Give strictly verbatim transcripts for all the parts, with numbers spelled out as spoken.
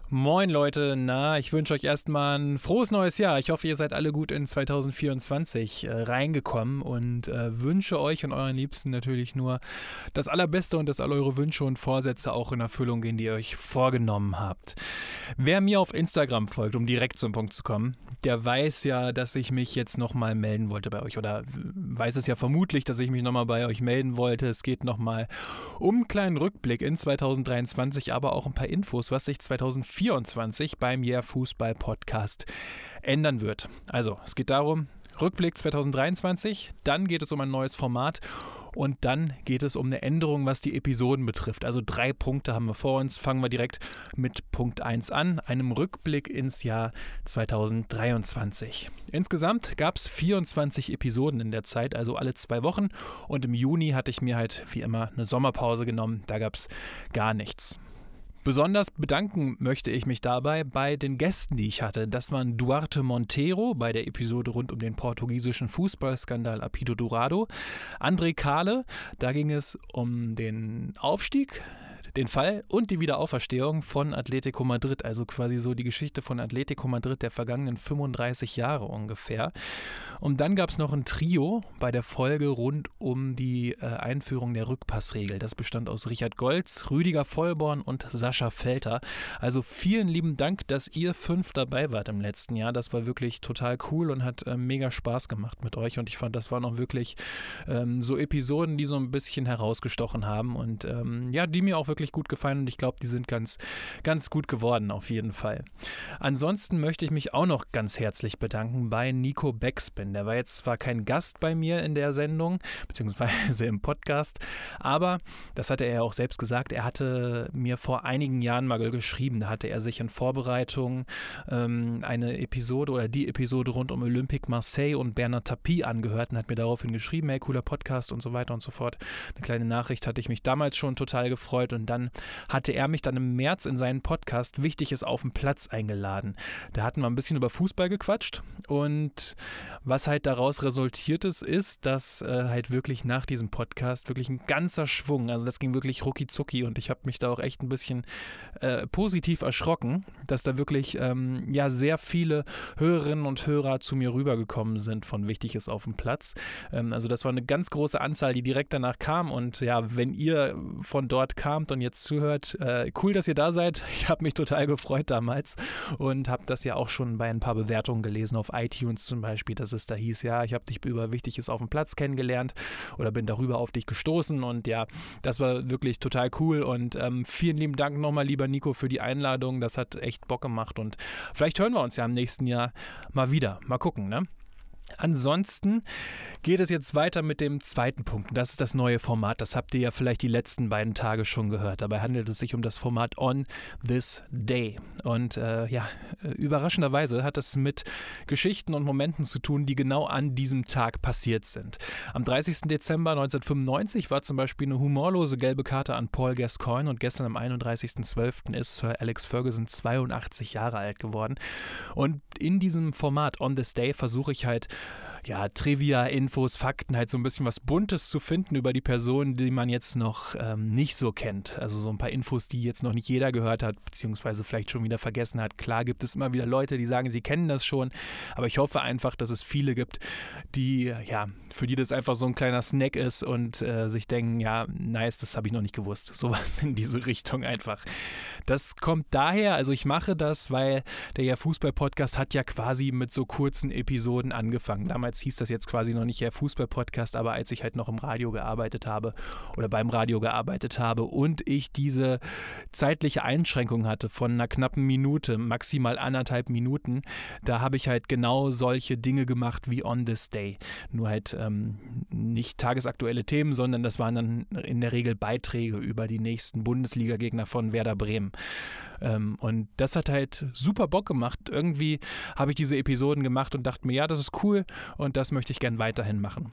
Moin Leute, na, ich wünsche euch erstmal ein frohes neues Jahr. Ich hoffe, ihr seid alle gut in zwanzig vierundzwanzig äh, reingekommen und äh, wünsche euch und euren Liebsten natürlich nur das Allerbeste und dass all eure Wünsche und Vorsätze auch in Erfüllung gehen, die ihr euch vorgenommen habt. Wer mir auf Instagram folgt, um direkt zum Punkt zu kommen, der weiß ja, dass ich mich jetzt nochmal melden wollte bei euch oder weiß es ja vermutlich, dass ich mich nochmal bei euch melden wollte. Es geht nochmal um einen kleinen Rückblick in zwanzig dreiundzwanzig, aber auch ein paar Infos, was sich zwanzig vierundzwanzig beim Yeah Fußball Podcast ändern wird. Also, es geht darum, Rückblick zwanzig dreiundzwanzig, dann geht es um ein neues Format und dann geht es um eine Änderung, was die Episoden betrifft. Also drei Punkte haben wir vor uns. Fangen wir direkt mit Punkt eins an, einem Rückblick ins Jahr zwanzig dreiundzwanzig. Insgesamt gab es vierundzwanzig Episoden in der Zeit, also alle zwei Wochen. Und im Juni hatte ich mir halt wie immer eine Sommerpause genommen. Da gab es gar nichts. Besonders bedanken möchte ich mich dabei bei den Gästen, die ich hatte. Das waren Duarte Monteiro bei der Episode rund um den portugiesischen Fußballskandal Apito Dourado, André Kahle, da ging es um den Aufstieg, den Fall und die Wiederauferstehung von Atletico Madrid, also quasi so die Geschichte von Atletico Madrid der vergangenen fünfunddreißig Jahre ungefähr. Und dann gab es noch ein Trio bei der Folge rund um die äh, Einführung der Rückpassregel. Das bestand aus Richard Goltz, Rüdiger Vollborn und Sascha Velter. Also vielen lieben Dank, dass ihr fünf dabei wart im letzten Jahr. Das war wirklich total cool und hat äh, mega Spaß gemacht mit euch. Und ich fand, das waren auch wirklich ähm, so Episoden, die so ein bisschen herausgestochen haben und ähm, ja, die mir auch wirklich gut gefallen und ich glaube, die sind ganz, ganz gut geworden auf jeden Fall. Ansonsten möchte ich mich auch noch ganz herzlich bedanken bei Nico Backspin. Der war jetzt zwar kein Gast bei mir in der Sendung, beziehungsweise im Podcast, aber das hatte er ja auch selbst gesagt, er hatte mir vor einigen Jahren mal geschrieben, da hatte er sich in Vorbereitung ähm, eine Episode oder die Episode rund um Olympique Marseille und Bernard Tapie angehört und hat mir daraufhin geschrieben, hey, cooler Podcast und so weiter und so fort. Eine kleine Nachricht hatte ich mich damals schon total gefreut und dann hatte er mich dann im März in seinen Podcast Wichtig ist auf dem Platz eingeladen. Da hatten wir ein bisschen über Fußball gequatscht und was halt daraus resultiert ist, ist, dass äh, halt wirklich nach diesem Podcast wirklich ein ganzer Schwung, also das ging wirklich rucki zucki und ich habe mich da auch echt ein bisschen äh, positiv erschrocken, dass da wirklich ähm, ja sehr viele Hörerinnen und Hörer zu mir rübergekommen sind von Wichtig ist auf dem Platz. Ähm, also das war eine ganz große Anzahl, die direkt danach kam und ja, wenn ihr von dort kamt und jetzt zuhört, äh, cool, dass ihr da seid. Ich habe mich total gefreut damals und habe das ja auch schon bei ein paar Bewertungen gelesen, auf iTunes zum Beispiel, dass es da hieß, ja, ich habe dich über Wichtig ist auf dem Platz kennengelernt oder bin darüber auf dich gestoßen und ja, das war wirklich total cool und ähm, vielen lieben Dank nochmal, lieber Nico, für die Einladung. Das hat echt Bock gemacht und vielleicht hören wir uns ja im nächsten Jahr mal wieder. Mal gucken, ne? Ansonsten geht es jetzt weiter mit dem zweiten Punkt. Das ist das neue Format. Das habt ihr ja vielleicht die letzten beiden Tage schon gehört. Dabei handelt es sich um das Format On This Day. Und äh, ja, überraschenderweise hat es mit Geschichten und Momenten zu tun, die genau an diesem Tag passiert sind. Am dreißigsten Dezember neunzehnhundertfünfundneunzig war zum Beispiel eine humorlose gelbe Karte an Paul Gascoigne und gestern am einunddreißigsten zwölften ist Sir Alex Ferguson zweiundachtzig Jahre alt geworden. Und in diesem Format On This Day versuche ich halt ja, Trivia, Infos, Fakten, halt so ein bisschen was Buntes zu finden über die Personen, die man jetzt noch ähm, nicht so kennt. Also so ein paar Infos, die jetzt noch nicht jeder gehört hat, beziehungsweise vielleicht schon wieder vergessen hat. Klar gibt es immer wieder Leute, die sagen, sie kennen das schon, aber ich hoffe einfach, dass es viele gibt, die, ja, für die das einfach so ein kleiner Snack ist und äh, sich denken, ja, nice, das habe ich noch nicht gewusst. Sowas in diese Richtung einfach. Das kommt daher, also ich mache das, weil der Ja Fußball-Podcast hat ja quasi mit so kurzen Episoden angefangen. Damals hieß das jetzt quasi noch nicht Ja Fußball-Podcast, aber als ich halt noch im Radio gearbeitet habe oder beim Radio gearbeitet habe und ich diese zeitliche Einschränkung hatte von einer knappen Minute, maximal anderthalb Minuten, da habe ich halt genau solche Dinge gemacht wie On This Day. Nur halt ähm, nicht tagesaktuelle Themen, sondern das waren dann in der Regel Beiträge über die nächsten Bundesliga-Gegner von Werder Bremen. Ähm, und das hat halt super Bock gemacht. Irgendwie habe ich diese Episoden gemacht und dachte mir, ja, das ist cool und das möchte ich gern weiterhin machen.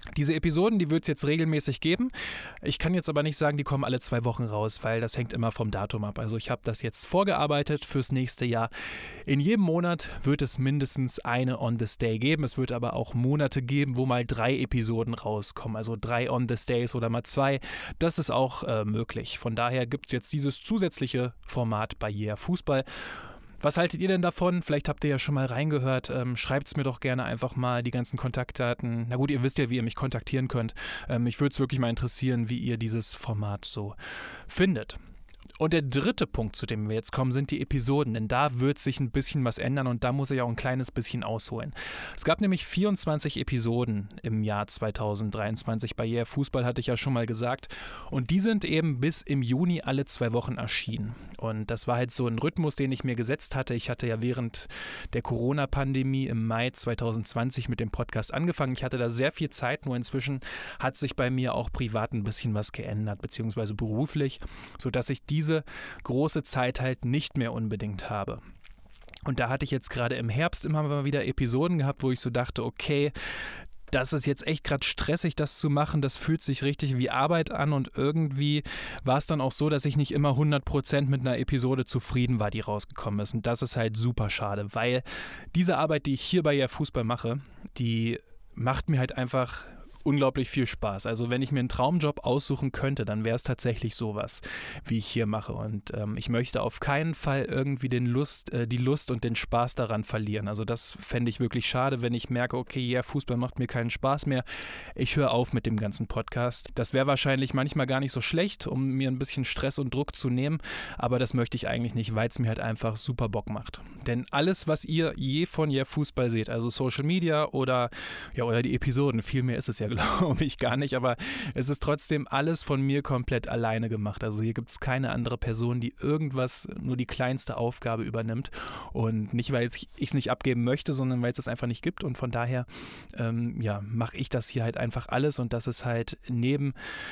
Diese Episoden, die wird es jetzt regelmäßig geben. Ich kann jetzt aber nicht sagen, die kommen alle zwei Wochen raus, weil das hängt immer vom Datum ab. Also ich habe das jetzt vorgearbeitet fürs nächste Jahr. In jedem Monat wird es mindestens eine On This Day geben. Es wird aber auch Monate geben, wo mal drei Episoden rauskommen. Also drei On This Days oder mal zwei. Das ist auch äh, möglich. Von daher gibt es jetzt dieses zusätzliche Format bei Yeah Fußball. Was haltet ihr denn davon? Vielleicht habt ihr ja schon mal reingehört. Ähm, Schreibt es mir doch gerne einfach mal die ganzen Kontaktdaten. Na gut, ihr wisst ja, wie ihr mich kontaktieren könnt. Ähm, mich würde es wirklich mal interessieren, wie ihr dieses Format so findet. Und der dritte Punkt, zu dem wir jetzt kommen, sind die Episoden, denn da wird sich ein bisschen was ändern und da muss ich auch ein kleines bisschen ausholen. Es gab nämlich vierundzwanzig Episoden im Jahr zweitausenddreiundzwanzig bei Yeah Fußball, hatte ich ja schon mal gesagt, und die sind eben bis im Juni alle zwei Wochen erschienen. Und das war halt so ein Rhythmus, den ich mir gesetzt hatte. Ich hatte ja während der Corona-Pandemie im Mai zweitausendzwanzig mit dem Podcast angefangen. Ich hatte da sehr viel Zeit, nur inzwischen hat sich bei mir auch privat ein bisschen was geändert, beziehungsweise beruflich, sodass ich diese diese große Zeit halt nicht mehr unbedingt habe. Und da hatte ich jetzt gerade im Herbst immer mal wieder Episoden gehabt, wo ich so dachte, okay, das ist jetzt echt gerade stressig, das zu machen, das fühlt sich richtig wie Arbeit an und irgendwie war es dann auch so, dass ich nicht immer hundert Prozent mit einer Episode zufrieden war, die rausgekommen ist. Und das ist halt super schade, weil diese Arbeit, die ich hier bei Yeah Fußball mache, die macht mir halt einfach unglaublich viel Spaß. Also wenn ich mir einen Traumjob aussuchen könnte, dann wäre es tatsächlich sowas, wie ich hier mache. Und ähm, ich möchte auf keinen Fall irgendwie den Lust, äh, die Lust und den Spaß daran verlieren. Also das fände ich wirklich schade, wenn ich merke, okay, ja, Fußball macht mir keinen Spaß mehr. Ich höre auf mit dem ganzen Podcast. Das wäre wahrscheinlich manchmal gar nicht so schlecht, um mir ein bisschen Stress und Druck zu nehmen. Aber das möchte ich eigentlich nicht, weil es mir halt einfach super Bock macht. Denn alles, was ihr je von Yeah Fußball seht, also Social Media oder, ja, oder die Episoden, viel mehr ist es ja, glaube ich, gar nicht, aber es ist trotzdem alles von mir komplett alleine gemacht. Also hier gibt es keine andere Person, die irgendwas, nur die kleinste Aufgabe übernimmt und nicht, weil ich es nicht abgeben möchte, sondern weil es es einfach nicht gibt und von daher ähm, ja, mache ich das hier halt einfach alles und das ist halt neben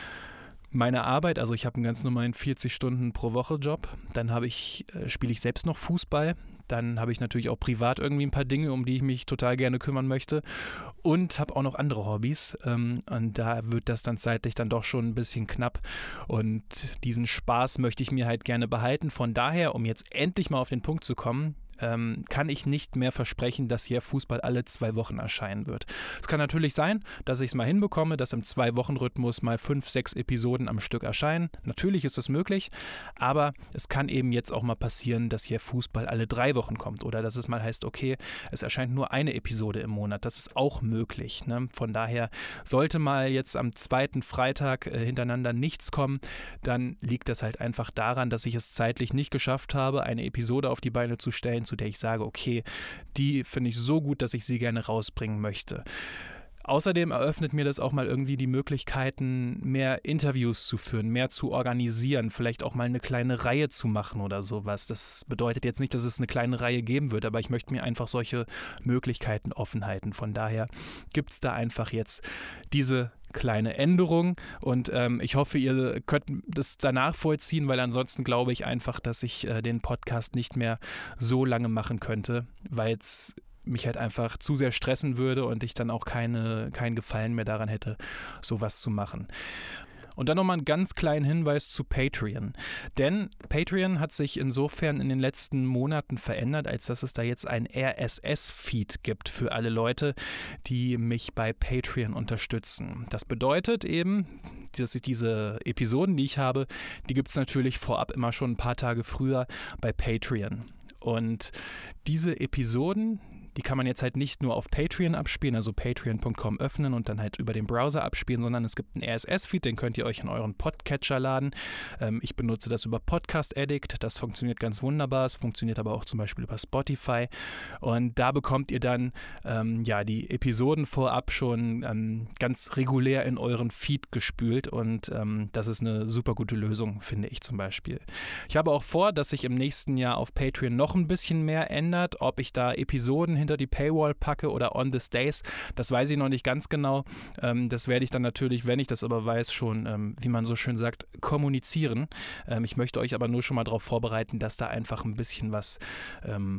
meine Arbeit, also ich habe einen ganz normalen vierzig Stunden pro Woche Job, dann habe ich, äh, spiele ich selbst noch Fußball, dann habe ich natürlich auch privat irgendwie ein paar Dinge, um die ich mich total gerne kümmern möchte und habe auch noch andere Hobbys ähm, und da wird das dann zeitlich dann doch schon ein bisschen knapp und diesen Spaß möchte ich mir halt gerne behalten, von daher, um jetzt endlich mal auf den Punkt zu kommen, Ähm, kann ich nicht mehr versprechen, dass hier Fußball alle zwei Wochen erscheinen wird. Es kann natürlich sein, dass ich es mal hinbekomme, dass im Zwei-Wochen-Rhythmus mal fünf, sechs Episoden am Stück erscheinen. Natürlich ist das möglich, aber es kann eben jetzt auch mal passieren, dass hier Fußball alle drei Wochen kommt oder dass es mal heißt, okay, es erscheint nur eine Episode im Monat. Das ist auch möglich. Ne? Von daher sollte mal jetzt am zweiten Freitag äh, hintereinander nichts kommen, dann liegt das halt einfach daran, dass ich es zeitlich nicht geschafft habe, eine Episode auf die Beine zu stellen, zu der ich sage, okay, die finde ich so gut, dass ich sie gerne rausbringen möchte. Außerdem eröffnet mir das auch mal irgendwie die Möglichkeiten, mehr Interviews zu führen, mehr zu organisieren, vielleicht auch mal eine kleine Reihe zu machen oder sowas. Das bedeutet jetzt nicht, dass es eine kleine Reihe geben wird, aber ich möchte mir einfach solche Möglichkeiten offen halten. Von daher gibt es da einfach jetzt diese kleine Änderung und ähm, ich hoffe, ihr könnt das danach vollziehen, weil ansonsten glaube ich einfach, dass ich äh, den Podcast nicht mehr so lange machen könnte, weil es mich halt einfach zu sehr stressen würde und ich dann auch keine, keinen Gefallen mehr daran hätte, sowas zu machen. Und dann nochmal einen ganz kleinen Hinweis zu Patreon. Denn Patreon hat sich insofern in den letzten Monaten verändert, als dass es da jetzt ein R S S-Feed gibt für alle Leute, die mich bei Patreon unterstützen. Das bedeutet eben, dass ich diese Episoden, die ich habe, die gibt es natürlich vorab immer schon ein paar Tage früher bei Patreon. Und diese Episoden, die kann man jetzt halt nicht nur auf Patreon abspielen, also patreon punkt com öffnen und dann halt über den Browser abspielen, sondern es gibt einen R S S-Feed, den könnt ihr euch in euren Podcatcher laden. Ähm, ich benutze das über Podcast Addict, das funktioniert ganz wunderbar, es funktioniert aber auch zum Beispiel über Spotify und da bekommt ihr dann ähm, ja die Episoden vorab schon ähm, ganz regulär in euren Feed gespült und ähm, das ist eine super gute Lösung, finde ich zum Beispiel. Ich habe auch vor, dass sich im nächsten Jahr auf Patreon noch ein bisschen mehr ändert, ob ich da Episoden hinter die Paywall packe oder On This Days, das weiß ich noch nicht ganz genau. Ähm, das werde ich dann natürlich, wenn ich das aber weiß, schon, ähm, wie man so schön sagt, kommunizieren. Ähm, ich möchte euch aber nur schon mal darauf vorbereiten, dass da einfach ein bisschen was ähm,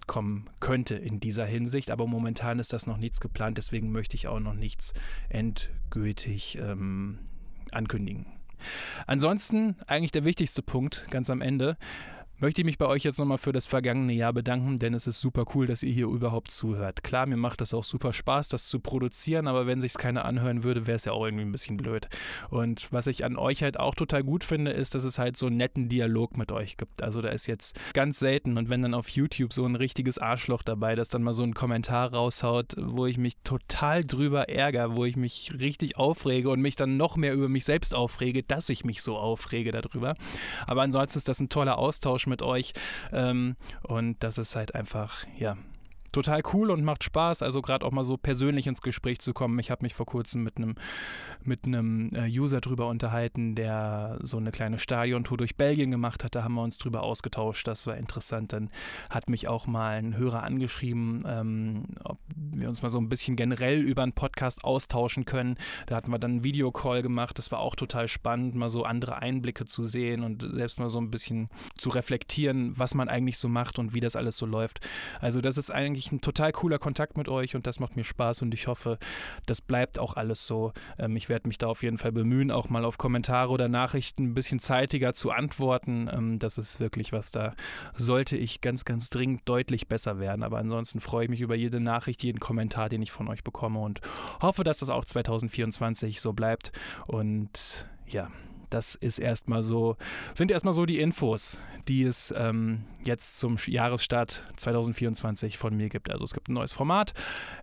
kommen könnte in dieser Hinsicht. Aber momentan ist das noch nichts geplant, deswegen möchte ich auch noch nichts endgültig ähm, ankündigen. Ansonsten eigentlich der wichtigste Punkt ganz am Ende. Möchte ich mich bei euch jetzt nochmal für das vergangene Jahr bedanken, denn es ist super cool, dass ihr hier überhaupt zuhört. Klar, mir macht das auch super Spaß, das zu produzieren, aber wenn sich's keiner anhören würde, wäre es ja auch irgendwie ein bisschen blöd. Und was ich an euch halt auch total gut finde, ist, dass es halt so einen netten Dialog mit euch gibt. Also da ist jetzt ganz selten, und wenn dann auf YouTube so ein richtiges Arschloch dabei, das dann mal so einen Kommentar raushaut, wo ich mich total drüber ärgere, wo ich mich richtig aufrege und mich dann noch mehr über mich selbst aufrege, dass ich mich so aufrege darüber. Aber ansonsten ist das ein toller Austausch mit euch ähm, und das ist halt einfach, ja, total cool und macht Spaß, also gerade auch mal so persönlich ins Gespräch zu kommen. Ich habe mich vor kurzem mit einem mit einem äh, User drüber unterhalten, der so eine kleine Stadiontour durch Belgien gemacht hat. Da haben wir uns drüber ausgetauscht. Das war interessant. Dann hat mich auch mal ein Hörer angeschrieben, ähm, ob wir uns mal so ein bisschen generell über einen Podcast austauschen können. Da hatten wir dann einen Videocall gemacht. Das war auch total spannend, mal so andere Einblicke zu sehen und selbst mal so ein bisschen zu reflektieren, was man eigentlich so macht und wie das alles so läuft. Also das ist eigentlich ein total cooler Kontakt mit euch und das macht mir Spaß und ich hoffe, das bleibt auch alles so. Ähm, ich werde mich da auf jeden Fall bemühen, auch mal auf Kommentare oder Nachrichten ein bisschen zeitiger zu antworten. Ähm, das ist wirklich was, da sollte ich ganz, ganz dringend deutlich besser werden. Aber ansonsten freue ich mich über jede Nachricht, jeden Kommentar, den ich von euch bekomme und hoffe, dass das auch zwanzig vierundzwanzig so bleibt. Und ja, das ist erstmal so, sind erstmal so die Infos, die es ähm, jetzt zum Jahresstart zwanzig vierundzwanzig von mir gibt. Also es gibt ein neues Format.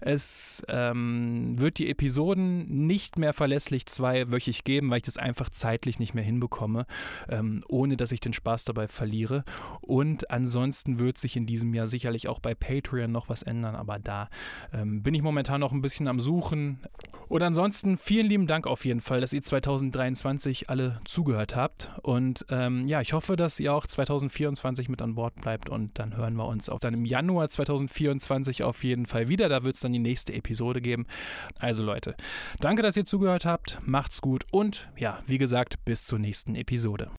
Es ähm, wird die Episoden nicht mehr verlässlich zweiwöchig geben, weil ich das einfach zeitlich nicht mehr hinbekomme, ähm, ohne dass ich den Spaß dabei verliere. Und ansonsten wird sich in diesem Jahr sicherlich auch bei Patreon noch was ändern, aber da ähm, bin ich momentan noch ein bisschen am Suchen. Und ansonsten vielen lieben Dank auf jeden Fall, dass ihr zwanzig dreiundzwanzig alle zugehört habt und ähm, ja, ich hoffe, dass ihr auch zwanzig vierundzwanzig mit an Bord bleibt und dann hören wir uns auch dann im Januar zwanzig vierundzwanzig auf jeden Fall wieder, da wird es dann die nächste Episode geben. Also Leute, danke, dass ihr zugehört habt, macht's gut und ja, wie gesagt, bis zur nächsten Episode.